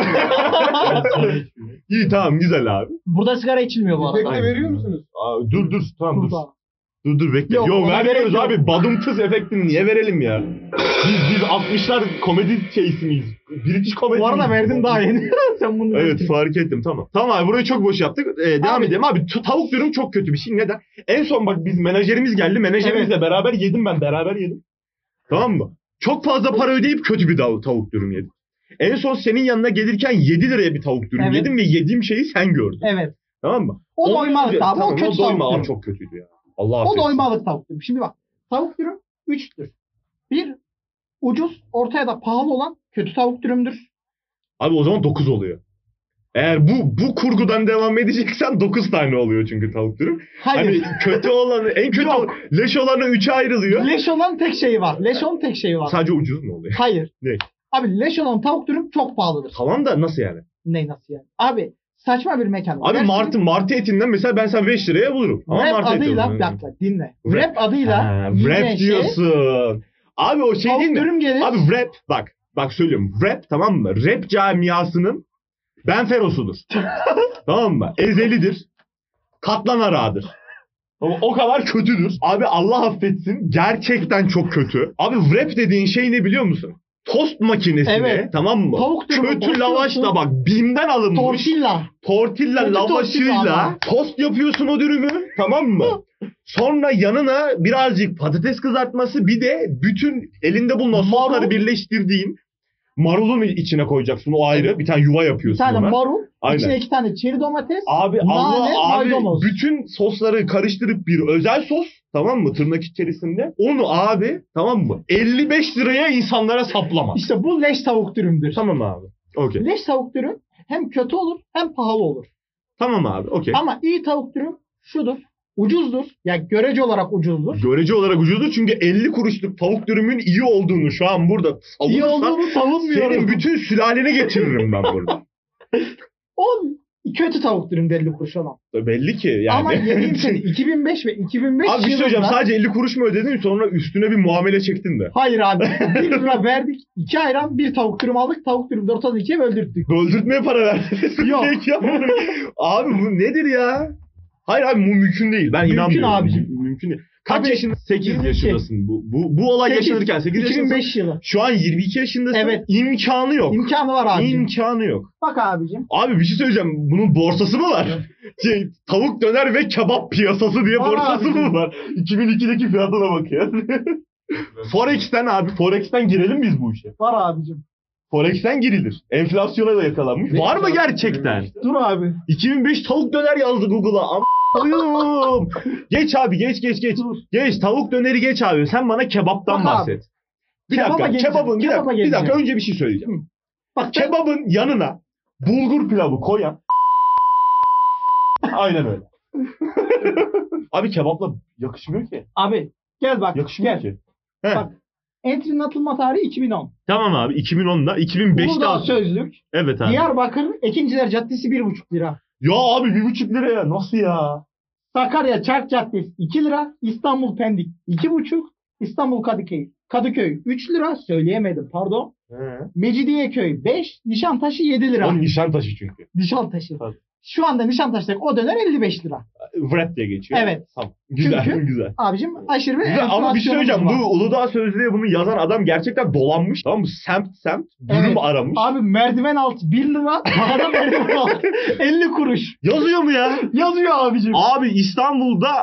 mi? İyi tamam güzel abi. Burada sigara içilmiyor bu Efekt arada. de veriyor musunuz? Aa, dur tamam dur. Burada. Dur bekle. Yok, Yo ona vermiyoruz gerek yok. abi. Badımtıs efektini niye verelim ya? Biz 60'lar komedi şeysi miyiz? British komedi Bu arada miyiz? verdim daha yeni. Sen bunu Evet verdin. fark ettim tamam. Tamam abi burayı çok boş yaptık. Devam Abi- edelim abi. Tavuk dürüm çok kötü bir şey. Neden? En son bak biz menajerimiz geldi. Menajerimizle beraber yedim ben. Beraber yedim. Tamam mı? Çok fazla para ödeyip kötü bir tavuk dürüm yedim. En son senin yanına gelirken 7 liraya bir tavuk dürüm Evet. yedim ve yediğim şeyi sen gördün. Evet. Tamam mı? O Ondan doymalık önce- abi. Tamam, O kötü o doyma tavuk abi dürüm. çok kötüydü ya. Allah O affetsin. doymalık tavuk dürüm. Şimdi bak. Tavuk dürüm 3'tür. Bir ucuz, ortaya da pahalı olan kötü tavuk dürümdür. Abi o zaman 9 oluyor. Eğer bu kurgudan devam edeceksen 9 tane oluyor çünkü tavuk dürüm. Hayır. Hani kötü olanı, en kötü Yok. leş olanı 3'e ayrılıyor. Leş olan tek şeyi var. Leş olan tek şeyi var. Sadece ucuz mu oluyor? Hayır. Ne? Abi leş olan tavuk dürüm çok pahalıdır. Tamam da nasıl yani? Ne nasıl yani? Abi saçma bir mekan. Abi martı etinden mesela ben sana 5 liraya bulurum. Ama Rap martı eti adıyla olur. bir dakika dinle. Rap. Rap adıyla Ha, yiyeceğin rap diyorsun. Abi o şey tavuk değil mi? dürüm gelir. Abi rap bak söylüyorum. Rap tamam mı? Rap camiasının Benferosudur. Tamam mı? Ezelidir. Katlan Ara'dır. Ama o kadar kötüdür. Abi Allah affetsin. Gerçekten çok kötü. Abi rap dediğin şey ne biliyor musun? Tost makinesine Evet. tamam mı? Tavuk dürümü Kötü basıyorsun. lavaşla bak BİM'den alınmış. Tortilla. Tortilla Kötü lavaşıyla tortilla. tost yapıyorsun o dürümü tamam mı? Sonra yanına birazcık patates kızartması bir de bütün elinde bulunan Marul. sosları birleştirdiğin marulun içine koyacaksın o ayrı. Bir tane yuva Bir yapıyorsun tane ona. marul. Aynen. İçine 2 tane çeri domates. Abi nane, Allah abi maydanoz. bütün sosları karıştırıp bir özel sos tamam mı tırnak içerisinde onu abi tamam mı 55 liraya insanlara saplama. İşte bu leş tavuk dürümdür. Tamam abi. Okey. Leş tavuk dürüm hem kötü olur hem pahalı olur. Tamam abi okey. Ama iyi tavuk dürüm şudur. Ucuzdur. Ya görece olarak ucuzdur. Görece olarak ucuzdur çünkü 50 kuruşluk tavuk dürümün iyi olduğunu şu an burada İyi savunursam olduğunu savunmuyorum. senin bütün sülaleni getiririm ben burada. O kötü tavuk dürüm 50 kuruş olan. Belli ki yani. Ama yediğim şey 2005 ve 2005 Abi bir şey söyleyeceğim yılında- sadece 50 kuruş mu ödedin sonra üstüne bir muamele çektin de. Hayır abi. 1 lira verdik. 2 ayran, 1 tavuk dürüm aldık. Tavuk dürümü de ortadan 2'ye böldürdük. Öldürtmeye para verdiniz. Yok. Peki ya. Abi bu nedir ya? Hayır abi bu mümkün değil. Ben Mümkün inanmıyorum. abicim. Mümkün değil. Kaç Abi, yaşında? 8 22. yaşındasın. Bu olay 8, yaşanırken 8 yaşındasın. 2005 yılı. Şu an 22 yaşındasın. Evet. İmkanı yok. İmkanı var abicim. İmkanı yok. Bak abicim. Abi bir şey söyleyeceğim. Bunun borsası mı var? Tavuk döner ve kebap piyasası diye Var borsası abicim. mı var? 2002'deki fiyatına bak ya. Forex'ten girelim biz bu işe. Var abicim. Forex'ten girilir. Enflasyona da yakalanmış. Ne Var mı güzel. gerçekten? Dur abi. 2005 tavuk döner yazdı Google'a. Am- Geç abi geç. Dur. Geç tavuk döneri geç abi. Sen bana kebaptan Bak bahset. Bir Kebaba dakika. geleceğim, Kebabın bir kebaba dakika, bir dakika geleceğim. önce bir şey söyleyeceğim. Bak ben- Kebabın yanına bulgur pilavı koyan. Aynen öyle. Abi kebapla yakışmıyor ki. Abi gel bak. Yakışmıyor Gel. ki. He. Bak. Entry'nin atılma tarihi 2010. Tamam abi 2010'da 2005'te Uludağ aldım. Sözlük. Evet abi. Diyarbakır Ekinciler Caddesi 1,5 lira. Ya abi 1,5 liraya nasıl ya? Sakarya Çark Caddesi 2 lira. İstanbul Pendik 2,5. İstanbul Kadıköy 3 lira. Söyleyemedim pardon. He. Mecidiyeköy 5. Nişantaşı 7 lira. O Nişantaşı çünkü. Nişantaşı. Tabii. Şu anda Nişantaş'taki o döner 55 lira. Wrap diye geçiyor. Evet. Tamam. Güzel Çünkü- güzel. Abicim aşırı bir Güzel ama bir şey söyleyeceğim. enflasyonumuz var. Bu Uludağ Sözlüğü'ye bunu yazan adam gerçekten dolanmış. Tamam mı? Semt dürüm Evet. aramış. Abi merdiven altı 1 lira. Adam merdiven altı 50 kuruş. Yazıyor mu ya? Yazıyor abicim. Abi İstanbul'da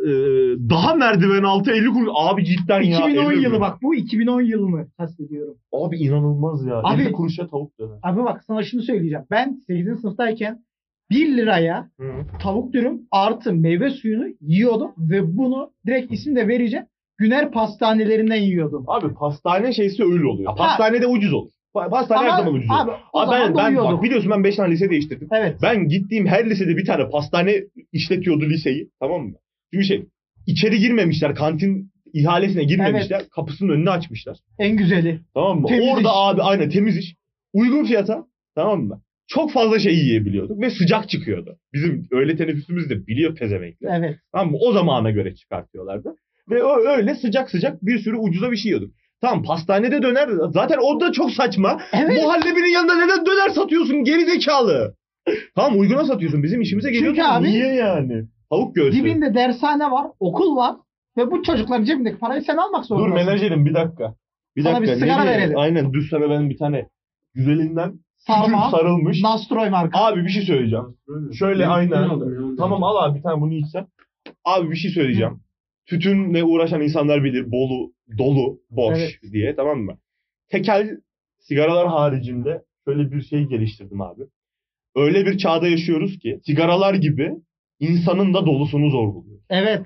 daha merdiven altı 50 kuruş. Abi cidden ya. 2010 50 yılı bak, bu 2010 yılını kastediyorum. Abi inanılmaz ya. Abi- 50 kuruşa tavuk döner. Abi bak sana şunu söyleyeceğim. Ben 8. sınıftayken 1 liraya Hı. tavuk dürüm artı meyve suyunu yiyordum ve bunu direkt isim de vereceğim. Güner pastanelerinden yiyordum. Abi pastane şeysi öyle oluyor. Pastanede ucuz olur. Pastane her Ama zaman ucuz olur. abi o zaman ben doyuyorduk. bak biliyorsun ben 5 tane lise değiştirdim. Evet. Ben gittiğim her lisede bir tane pastane işletiyordu liseyi. Tamam mı? Çünkü içeri girmemişler. Kantin ihalesine girmemişler. Kapısının önünü açmışlar. En güzeli. Tamam mı? Temiz Orada iş. abi aynen temiz iş. Uygun fiyata. Tamam mı? Çok fazla şey yiyebiliyorduk ve sıcak çıkıyordu. Bizim öğle teneffüsümüz de biliyor pezevenkler. Evet. Tamam mı? O zamana göre çıkartıyorlardı. Ve öyle sıcak sıcak bir sürü ucuza bir şey yiyorduk. Tamam pastanede döner zaten o da çok saçma. Evet. Muhallebinin yanında neden döner satıyorsun geri zekalı? Tamam uyguna satıyorsun bizim işimize geliyor. Çünkü abi- Niye yani? Tavuk göğsü. Dibinde dershane var, okul var ve bu çocukların cebindeki parayı sen almak Dur zorundasın. menajerim bir dakika. Sana bir sigara nereye? verelim. Aynen dur sana ben bir tane güzelinden Sarma, tütün sarılmış. Nastroy marka. Abi bir şey söyleyeceğim. Şöyle aynen. Tamam al abi bir tane bunu içsen. Abi bir şey söyleyeceğim. Tütünle uğraşan insanlar bilir. Dolu, boş Evet. diye tamam mı? Tekel sigaralar haricinde şöyle bir şey geliştirdim abi. Öyle bir çağda yaşıyoruz ki sigaralar gibi insanın da dolusunu zor buluyor. Evet.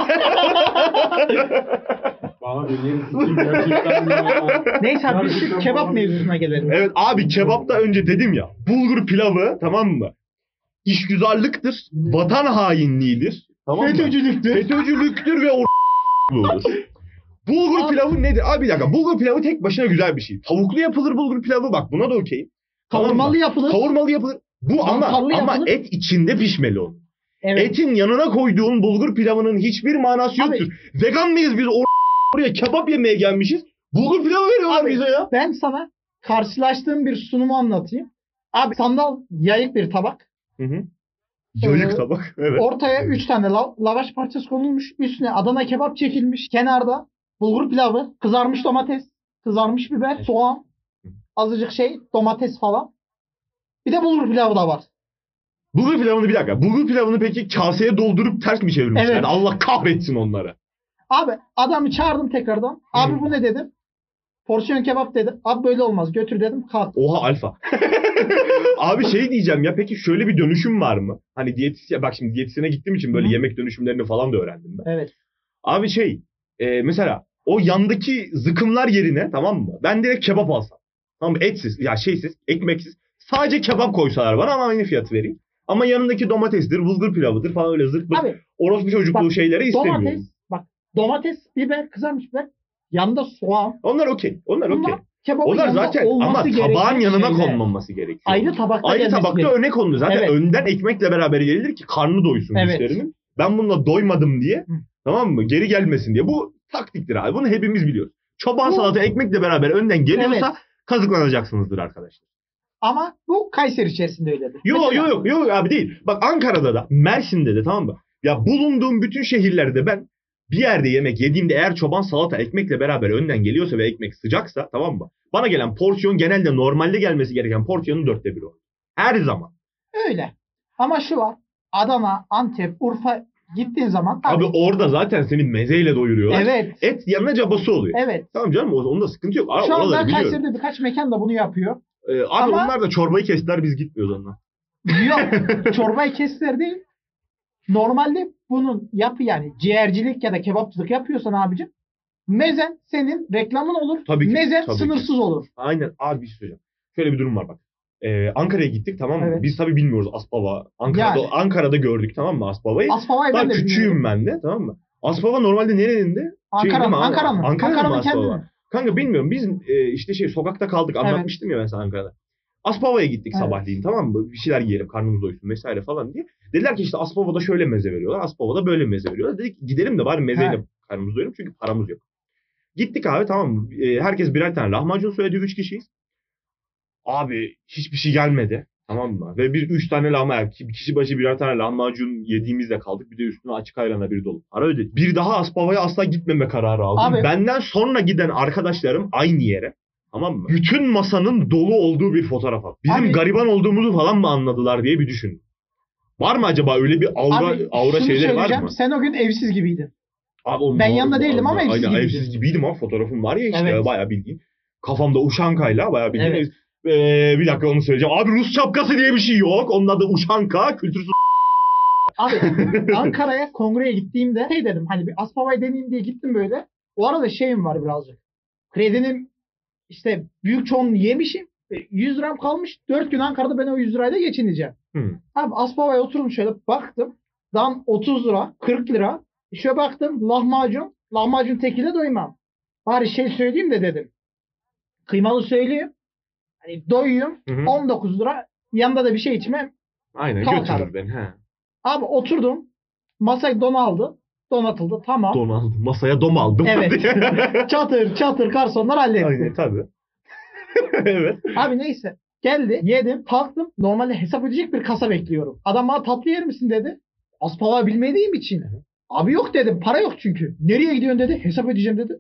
Bana beni sikim gerçekten ya. Neyse abi biz şu kebap mevzusuna gelelim. Evet abi kebapta önce dedim ya. Bulgur pilavı tamam mı? İşgüzarlıktır. Vatan hainliğidir. Tamam mı? FETÖ'cülüktür. FETÖ'cülüktür ve olur. Bulgur Abi- pilavı nedir? Abi bir dakika. Bulgur pilavı tek başına güzel bir şey. Tavuklu yapılır bulgur pilavı. Bak buna da okeyim. Tamam mı? Kavurmalı yapılır. Kavurmalı yapılır. Bu ama Mantarlı yapılır. et içinde pişmeli o. Evet. Etin yanına koyduğun bulgur pilavının hiçbir manası Abi- yoktur. Vegan mıyız biz? Oraya kebap yemeye gelmişiz. Bulgur pilavı veriyorlar Abi- bize ya. Ben sana karşılaştığım bir sunumu anlatayım. Abi sandal yayık bir tabak. Hı hı. Yayık Ee, tabak. Evet. Ortaya 3 tane lavaş parçası konulmuş. Üstüne Adana kebap çekilmiş. Kenarda bulgur pilavı, kızarmış domates, kızarmış biber, soğan, azıcık domates falan. Bir de bulgur pilavı da var. Bulgur pilavını bir dakika. Bulgur pilavını peki kaseye doldurup ters mi çevirmişler? Evet. Allah kahretsin onları. Abi adamı çağırdım tekrardan. Abi bu ne dedim? Porsiyon kebap dedim. Abi böyle olmaz. Götür dedim. Kalk. Oha alfa. Abi şey diyeceğim ya peki şöyle bir dönüşüm var mı? Hani diyetisyen bak şimdi diyetisyene gittiğim için böyle Hı. yemek dönüşümlerini falan da öğrendim ben. Evet. Abi mesela o yandaki zıkımlar yerine tamam mı? Ben direkt kebap alsam. Tamam mı? Etsiz ya ekmeksiz. Sadece kebap koysalar bana ama aynı fiyatı vereyim. Ama yanındaki domatesdir, bulgur pilavıdır falan öyle zırt pırt Abi orospu çocukluğu bak, şeyleri istemiyorum. domates, biber, kızarmış biber. Yanında soğan. Onlar okey. Onlar okey. Bunlar kebabın Onlar yanında zaten ama olması tabağın gereken yanına şeyler. konmaması gerekiyor. Ayrı tabakta Ayrı gelmesi tabakta gerekiyor. öne konulur. Zaten Evet. önden ekmekle beraber gelir ki karnı doysun Evet. müşterinin. Ben bununla doymadım diye Hı. tamam mı? Geri gelmesin diye. Bu taktiktir abi. Bunu hepimiz biliyoruz. Çoban Bu- salata ekmekle beraber önden geliyorsa Evet. kazıklanacaksınızdır arkadaşlar. Ama bu Kayseri içerisinde öyledir. Yok Mesela- yok abi değil. Bak Ankara'da da Mersin'de de tamam mı? Ya bulunduğum bütün şehirlerde ben bir yerde yemek yediğimde eğer çoban salata ekmekle beraber önden geliyorsa ve ekmek sıcaksa tamam mı? Bana gelen porsiyon genelde normalde gelmesi gereken porsiyonun 1/4 o. Her zaman. Öyle. Ama şu var. Adana, Antep, Urfa gittiğin zaman Abi orada zaten seni mezeyle doyuruyorlar. evet. Et yanına cabası oluyor. Evet. Tamam canım onda sıkıntı yok. Şu Oraları anda biliyorum. Kayseri'de birkaç mekan da bunu yapıyor. Abi Ama- onlar da çorbayı kestiler biz gitmiyoruz ondan. Yok. Çorbayı kestiler değil. Normalde bunun yani ciğercilik ya da kebapçılık yapıyorsan abicim mezen senin reklamın olur. Tabii ki, Mezen tabii ki. sınırsız olur. Aynen abi bir şey söyleyeceğim. Şöyle bir durum var bak. Ankara'ya gittik tamam mı? Evet. Biz tabii bilmiyoruz Aspava. Ankara'da gördük tamam mı Aspava'yı? Aspava'yı ben Daha de küçüğüm bilmiyorum. ben de tamam mı? Aspava normalde nerenin de? Ankara'nın. Ankara'nın mı Ankara'nın Aspava? kendini. Kanka bilmiyorum biz işte sokakta kaldık anlatmıştım ya ben sana Ankara'da. Aspava'ya gittik Evet. sabahleyin tamam mı? Bir şeyler yiyelim karnımız doysun vesaire falan diye. Dediler ki işte Aspava'da şöyle meze veriyorlar. Aspava'da böyle meze veriyorlar. Dedik gidelim de bari mezeyle Evet. karnımız doyuralım çünkü paramız yok. Gittik abi tamam mı? Herkes birer tane lahmacun söyledi 3 kişiyiz. Abi hiçbir şey gelmedi. Tamam mı? Ve biz 3 tane lahmacun, kişi başı birer tane lahmacun yediğimizde kaldık. Bir de üstüne açık ayrana bir dolu. Para ödedik. Bir daha Aspava'ya asla gitmeme kararı aldım. Abi- Benden sonra giden arkadaşlarım aynı yere. Tamam mı? Bütün masanın dolu olduğu bir fotoğraf at. Bizim Abi- gariban olduğumuzu falan mı anladılar diye bir düşün. Var mı acaba öyle bir aura şunu şeyleri var söyleyeceğim, mı? Sen o gün evsiz gibiydin. Abi oğlum, Ben doğru, yanında değildim ama aynen, evsiz gibiydim. evsiz gibiydim ama fotoğrafım var ya işte Evet. bayağı bildiğin. Kafamda uşankayla bayağı bildiğin. Evet. Bir dakika onu söyleyeceğim. Abi Rus şapkası diye bir şey yok. Onun adı uşanka. Kültürsüz. Abi Ankara'ya kongreye gittiğimde şey dedim, hani bir Aspava'yı deneyeyim diye gittim böyle. O arada şeyim var birazcık. Kredinin işte büyük çoğunluğunu yemişim. 100 liram kalmış. 4 gün Ankara'da ben o 100 lirayla geçineceğim. Abi Aspava'ya oturdum şöyle baktım. Dan 30 lira, 40 lira. Şöyle baktım lahmacun. Lahmacun tekiyle doymam. Bari şey söyleyeyim de dedim. Kıymalı söyleyeyim. Hani doyuyum. Hı hı. 19 lira. Yanında da bir şey içmem. Aynen Kalkarım. götürür beni. He. Abi oturdum. Masayı donatıldı. Tamam. Don aldım. Masaya dom aldım. Evet. çatır çatır garsonlar halletti. Aynen tabii. Evet. Abi neyse. Geldi. Yedim. Kalktım. Normalde hesap ödeyecek bir kasa bekliyorum. Adam bana tatlı yer misin dedi. Aspava bilmediğim için. Abi yok dedim. Para yok çünkü. Nereye gidiyorsun dedi. Hesap ödeyeceğim dedi.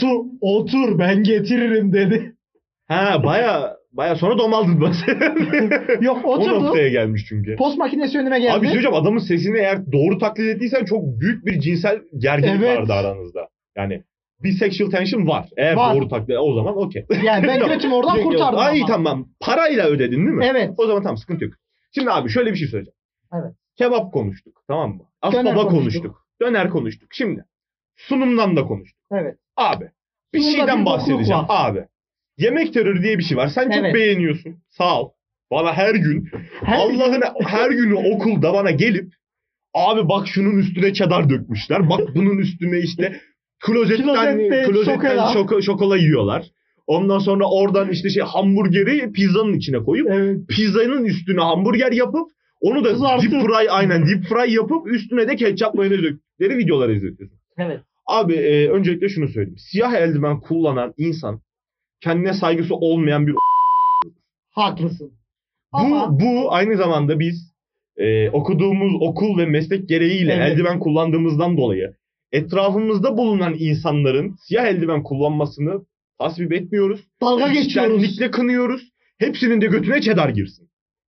Otur ben getiririm dedi. Ha baya sonra dom aldın masaya. Yok O oturdum. noktaya gelmiş çünkü. Post makinesi önüme geldi. Abi söyleyeceğim, adamın sesini eğer doğru taklit ettiysen çok büyük bir cinsel gerginlik Evet. vardı aranızda. Yani bir sexual tension var. Eğer Var. doğru taklit, o zaman okey. Yani ben götümü oradan kurtardım. Ay ama. tamam. Parayla ödedin değil mi? Evet. O zaman tamam, sıkıntı yok. Şimdi abi şöyle bir şey söyleyeceğim. Evet. Kebap konuştuk, tamam mı? Döner Aspava konuştuk. konuştuk. Döner konuştuk. Şimdi sunumdan da konuştuk. Evet. Abi bir Sunumda şeyden bir bokluk bahsedeceğim var. abi. Yemek terörü diye bir şey var. Sen çok Evet. beğeniyorsun. Sağ ol. Bana her gün Allah'ın her günü okulda bana gelip abi bak şunun üstüne çedar dökmüşler. Bak bunun üstüne işte Klozette klozetten şokola yiyorlar. Ondan sonra oradan işte hamburgeri pizzanın içine koyup Evet. pizzanın üstüne hamburger yapıp onu da Kızartıp. deep fry yapıp üstüne de ketçap mayonez döktükleri videolar izletiyorsun. Evet. Abi öncelikle şunu söyleyeyim. Siyah eldiven kullanan insan kendine saygısı olmayan bir Haklısın. Ama bu aynı zamanda biz okuduğumuz okul ve meslek gereğiyle Evet. eldiven kullandığımızdan dolayı etrafımızda bulunan insanların siyah eldiven kullanmasını tasvip etmiyoruz. dalga geçiyoruz. İçtenlikle kınıyoruz. Hepsinin de götüne çedar girsin.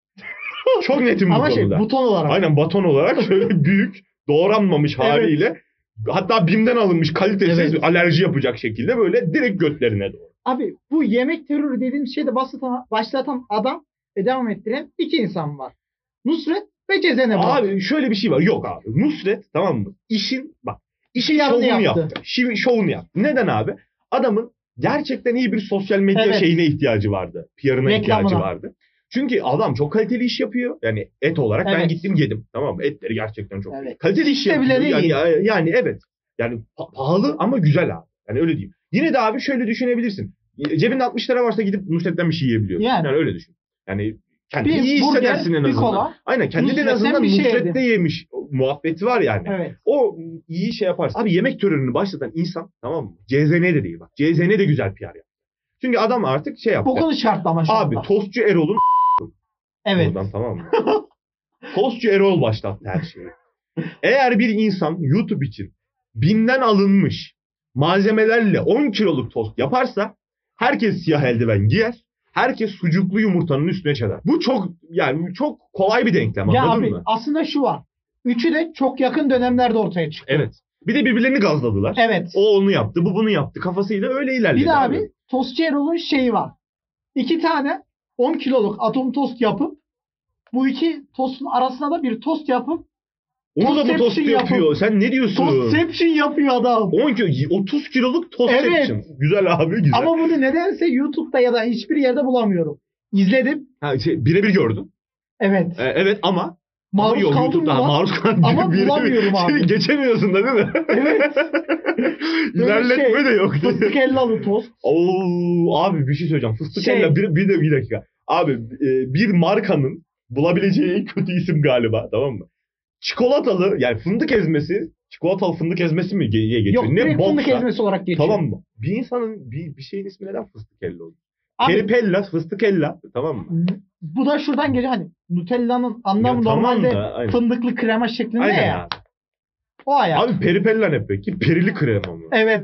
Çok netim bu Ama konuda. buton olarak. Aynen baton olarak şöyle büyük doğranmamış haliyle hatta BİM'den alınmış kalitesiz Evet. alerji yapacak şekilde böyle direkt götlerine doğru. Abi bu yemek terörü dediğimiz şeyde başlatan adam ve devam ettiren iki insan var. Nusret ve Cezene bu. Abi şöyle bir şey var. Yok abi. Nusret, tamam mı? İşin Şovunu şovunu yaptı. yaptı. Şovunu yaptı. Neden abi? Adamın gerçekten iyi bir sosyal medya Evet. şeyine ihtiyacı vardı. PR'ına ihtiyacı Reklamına. vardı. Çünkü adam çok kaliteli iş yapıyor. Yani et olarak ben Evet. gittim yedim. Tamam mı? Etleri gerçekten çok Evet. kaliteli iş yapıyor. Sevileri Yani evet. Yani pahalı ama güzel abi. Yani öyle diyeyim. Yine de abi şöyle düşünebilirsin. Cebinde 60 lira varsa gidip Nusret'ten bir şey yiyebiliyorsun. Yani. Yani öyle düşün. Yani kendini Bir iyi burger, hissedersin en bir azından. kola. Aynen, kendini en Nusret'ten azından bir şey Nusret'te yemiş muhabbeti var yani. Evet. O iyi şey yaparsın. Abi yemek terörünü başlatan insan, tamam mı? CZN de değil bak. CZN de güzel PR yaptı. Çünkü adam artık şey yaptı. Bokunu çıkarttı ama şu Abi anda. Tostçu Erol'un Evet. oradan, tamam mı? Tostçu Erol başlattı her şeyi. Eğer bir insan YouTube için BİM'den alınmış malzemelerle 10 kiloluk tost yaparsa herkes siyah eldiven giyer. Herkes sucuklu yumurtanın üstüne çeder. Bu çok kolay bir denklem, Ya anladın abi mı? aslında şu var. Üçü de çok yakın dönemlerde ortaya çıktı. Evet. Bir de birbirlerini gazladılar. Evet. O onu yaptı, bu bunu yaptı. Kafasıyla öyle ilerledi. Bir de abi Tostçu Erol'un şeyi var. 2 tane 10 kiloluk atom tost yapıp bu iki tostun arasına da bir tost yapıp Onu da bu tost Tostception yapıyor. Sen ne diyorsun? Tostception yapıyor adam. 30 kiloluk tostception. Evet. Güzel abi, güzel. Ama bunu nedense YouTube'da ya da hiçbir yerde bulamıyorum. İzledim. Birebir gördüm. Evet. Evet ama Maruz yok, kaldım YouTube'da mı? maruz kaldım. Ama bulamıyorum abi. Geçemiyorsun da değil mi? Evet. İlerletme de yok. Fıstık hellalı tost. Oo, abi bir şey söyleyeceğim. Fıstık Şey- ella bir dakika. Abi bir markanın bulabileceği en kötü isim galiba, tamam mı? Çikolatalı, yani fındık ezmesi, çikolatalı fındık ezmesi mi diye geçiyor? Yok, Ne direkt fındık boksa. ezmesi olarak geçiyor. Tamam mı? Bir insanın bir şeyin ismi neden fıstık ella olur? Abi, Peripella, fıstık ella, tamam mı? bu da şuradan geliyor, hani Nutella'nın anlamı Ya tamam normalde da, aynen. fındıklı krema şeklinde Aynen ya. abi. O ayak. Abi peripella ne peki? Perili krema mı? Evet.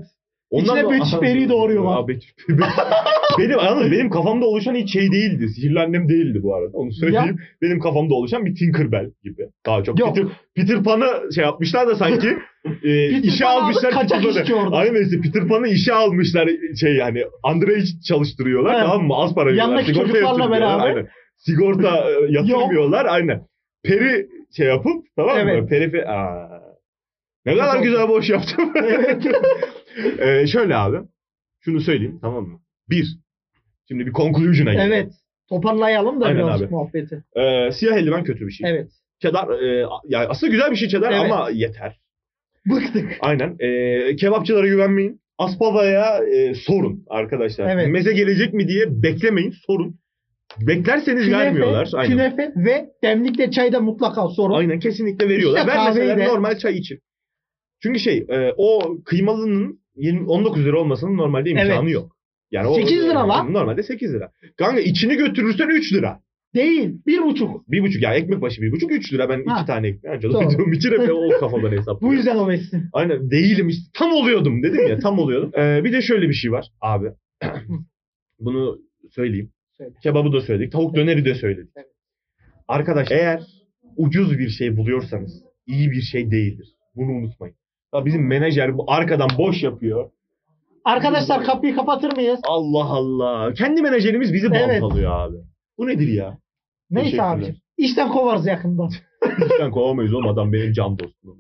İçine Betüş Peri'yi doğuruyorlar. Aa, benim kafamda oluşan hiç şey değildi. Sihirli Annem değildi bu arada. Onu söyleyeyim. Benim kafamda oluşan bir Tinkerbell gibi. Daha çok Yok. Peter Pan'ı şey yapmışlar da sanki işe almışlar. Kaçak işçi orada. Aynen işte Peter Pan'ı işe almışlar şey yani underage çalıştırıyorlar, Evet. tamam mı? Az para veriyorlar. Yanındaki Sigorta çocuklarla yatırmıyorlar. beraber. Aynen. Sigorta yatırmıyorlar. Aynen. Peri şey yapıp tamam mı? Evet. Ne kadar Çok güzel boş yaptım. Evet. Şöyle abi. Şunu söyleyeyim, tamam mı? Şimdi bir conclusion'a gelelim. Evet. Toparlayalım da Aynen birazcık abi. muhabbeti. Siyah eldiven kötü bir şey. Evet. Cheddar yani aslında güzel bir şey cheddar Evet. ama yeter. Bıktık. Aynen. Kebapçılara güvenmeyin. Aspava'ya sorun arkadaşlar. Evet. Meze gelecek mi diye beklemeyin, sorun. Beklerseniz vermiyorlar. Aynen. Künefe ve demlikle çayda mutlaka sorun. Aynen, kesinlikle veriyorlar. İşte Vermeseler kahveyi de- normal çay için. Çünkü o kıymalının 19 lira olmasının normalde imkanı Evet. yok. Yani 8 lira lan. Normalde 8 lira. Kanka içini götürürsen 3 lira. Değil. 1,5. 1,5 ya ekmek başı 1,5 3 lira. Ben Ha. 2 tane ekmeği ancak Doğru. doyduğum için hep o kafadan hesaplıyorum. Bu yüzden obezsin. Aynen değilim işte. Tam oluyordum dedim ya, tam oluyordum. Bir de şöyle bir şey var abi. Bunu söyleyeyim. Söyle. Kebabı da söyledik. Tavuk döneri de söyledik. Evet. Arkadaş eğer ucuz bir şey buluyorsanız iyi bir şey değildir. Bunu unutmayın. Ya bizim menajer bu arkadan boş yapıyor. Arkadaşlar kapıyı kapatır mıyız? Allah Allah. Kendi menajerimiz bizi Evet. baltalıyor abi. Bu nedir ya? Neyse Teşekkürler. abicim. İşten kovarız yakında. Lütfen kovamayız oğlum, adam benim can dostum.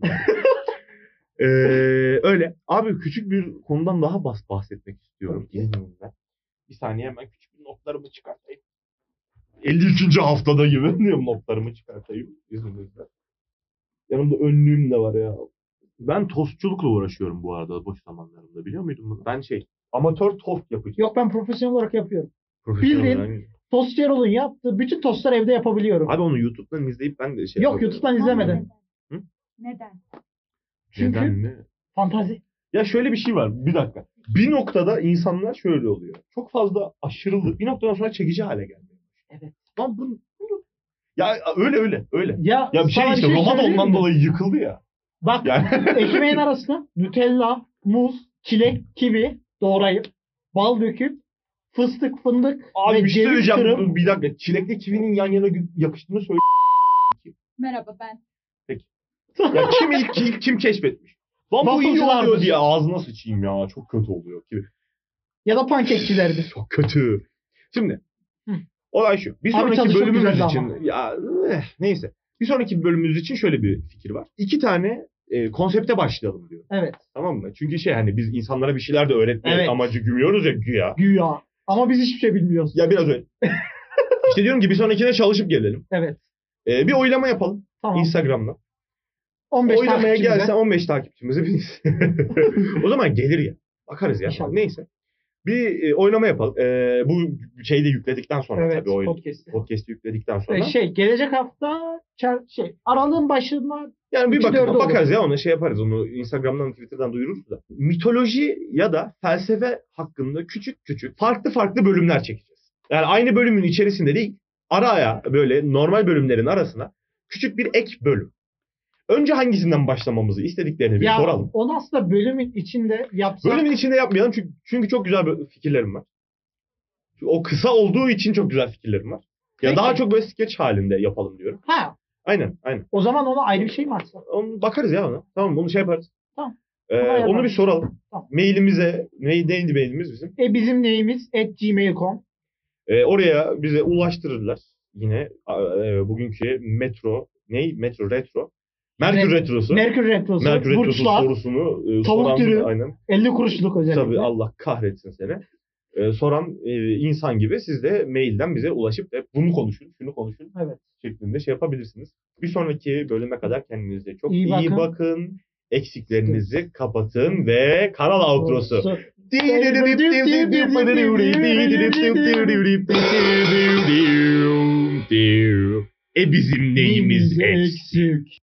Öyle. Abi küçük bir konudan daha bahsetmek istiyorum. İzninizle. Bir saniye hemen küçük bir notlarımı çıkartayım. 52. haftada gibi diyorum, notlarımı çıkartayım. İzninizle. Yanımda önlüğüm de var ya. Ben tostçulukla uğraşıyorum bu arada boş zamanlarımda. Biliyor muydun bunu? Ben amatör tost yapıcıyım. Yok, ben profesyonel olarak yapıyorum. Profesyonel bildiğin- olarak. Tostçu Erol'un yaptığı bütün tostları evde yapabiliyorum. Abi onu YouTube'dan izleyip ben de Yok, yapıyorum. YouTube'dan izlemedim. Hı? Neden? Çünkü- Neden mi? Fantazi. Ya şöyle bir şey var. Bir dakika. Bir noktada insanlar şöyle oluyor. Çok fazla aşırılık. Bir noktadan sonra çekici hale geldi. Evet. Lan bunu. Ya öyle. Ya Ya bir şey sana işte roman söyleyeyim ondan mi? dolayı yıkıldı ya. Bak Yani ekmeğin arasına Nutella, muz, çilek, kivi doğrayıp bal döküp fıstık, fındık abi ve bir şey ceviz söyleyeceğim. kırıp Bir dakika. Çilekle kivinin yan yana yakıştığını söyle. Merhaba ben. Ya kim keşfetmiş? Lan bu iyi Waffle'cılardır. oluyor diye ağzına sıçayım ya. Çok kötü oluyor. ya da pankekçilerdir. Çok kötü. Şimdi Hı. olay şu. Bir Abi sonraki tadı çok bölümümüz güzeldi için ama. neyse. Bir sonraki bölümümüz için şöyle bir fikir var. 2 tane konsepte başlayalım diyor. Evet. Tamam mı? Çünkü hani biz insanlara bir şeyler de öğretmek Evet. amacı gümüyoruz ya güya. Güya. Ama biz hiçbir şey bilmiyoruz. Ya biraz öyle. İşte diyorum ki bir sonrakine çalışıp gelelim. Evet. Bir oylama yapalım Tamam. Instagram'da. 15 Oylamaya takipçimize. gelsen 15 takipçimizi biz. O zaman gelir ya. Bakarız ya. İnşallah. Neyse. Bir oylama yapalım. Bu şeyi de yükledikten sonra Evet, tabii podcast'i. yükledikten sonra. Gelecek hafta aralığın başında Yani bir 3-4 bakın, olur. bakarız ya, ona yaparız. Onu Instagram'dan, Twitter'dan duyururuz da. Mitoloji ya da felsefe hakkında küçük farklı bölümler çekeceğiz. Yani aynı bölümün içerisinde değil, araya böyle normal bölümlerin arasına küçük bir ek bölüm. Önce hangisinden başlamamızı istediklerini bir ya soralım. onu aslında bölümün içinde yapsak. Bölümün içinde yapmayalım çünkü çok güzel fikirlerim var. O kısa olduğu için çok güzel fikirlerim var. Ya Peki. daha çok böyle skeç halinde yapalım diyorum. Ha, Aynen. o zaman ona ayrı bir şey mi açsak? Onu bakarız ya ona. Tamam, onu yaparız. Tamam. Onu bir soralım. Tamam. Mailimize, neydi mailimiz bizim? Bizim neyimiz? @gmail.com. Oraya bize ulaştırırlar. Yine bugünkü Metro Retro. Merkür Retrosu. Merkür Retrosu. Merkür Retrosu Burçlar. sorusunu Tavuk soran, dürüm. aynen. 50 kuruşluk özellikle. Tabii Allah kahretsin seni. Soran insan gibi siz de mailden bize ulaşıp da bunu konuşun, şunu konuşun Evet. şeklinde yapabilirsiniz. Bir sonraki bölüme kadar kendinize çok İyi iyi bakın. bakın. Eksiklerinizi kapatın ve kanal outrosu. Bizim neyimiz eksik?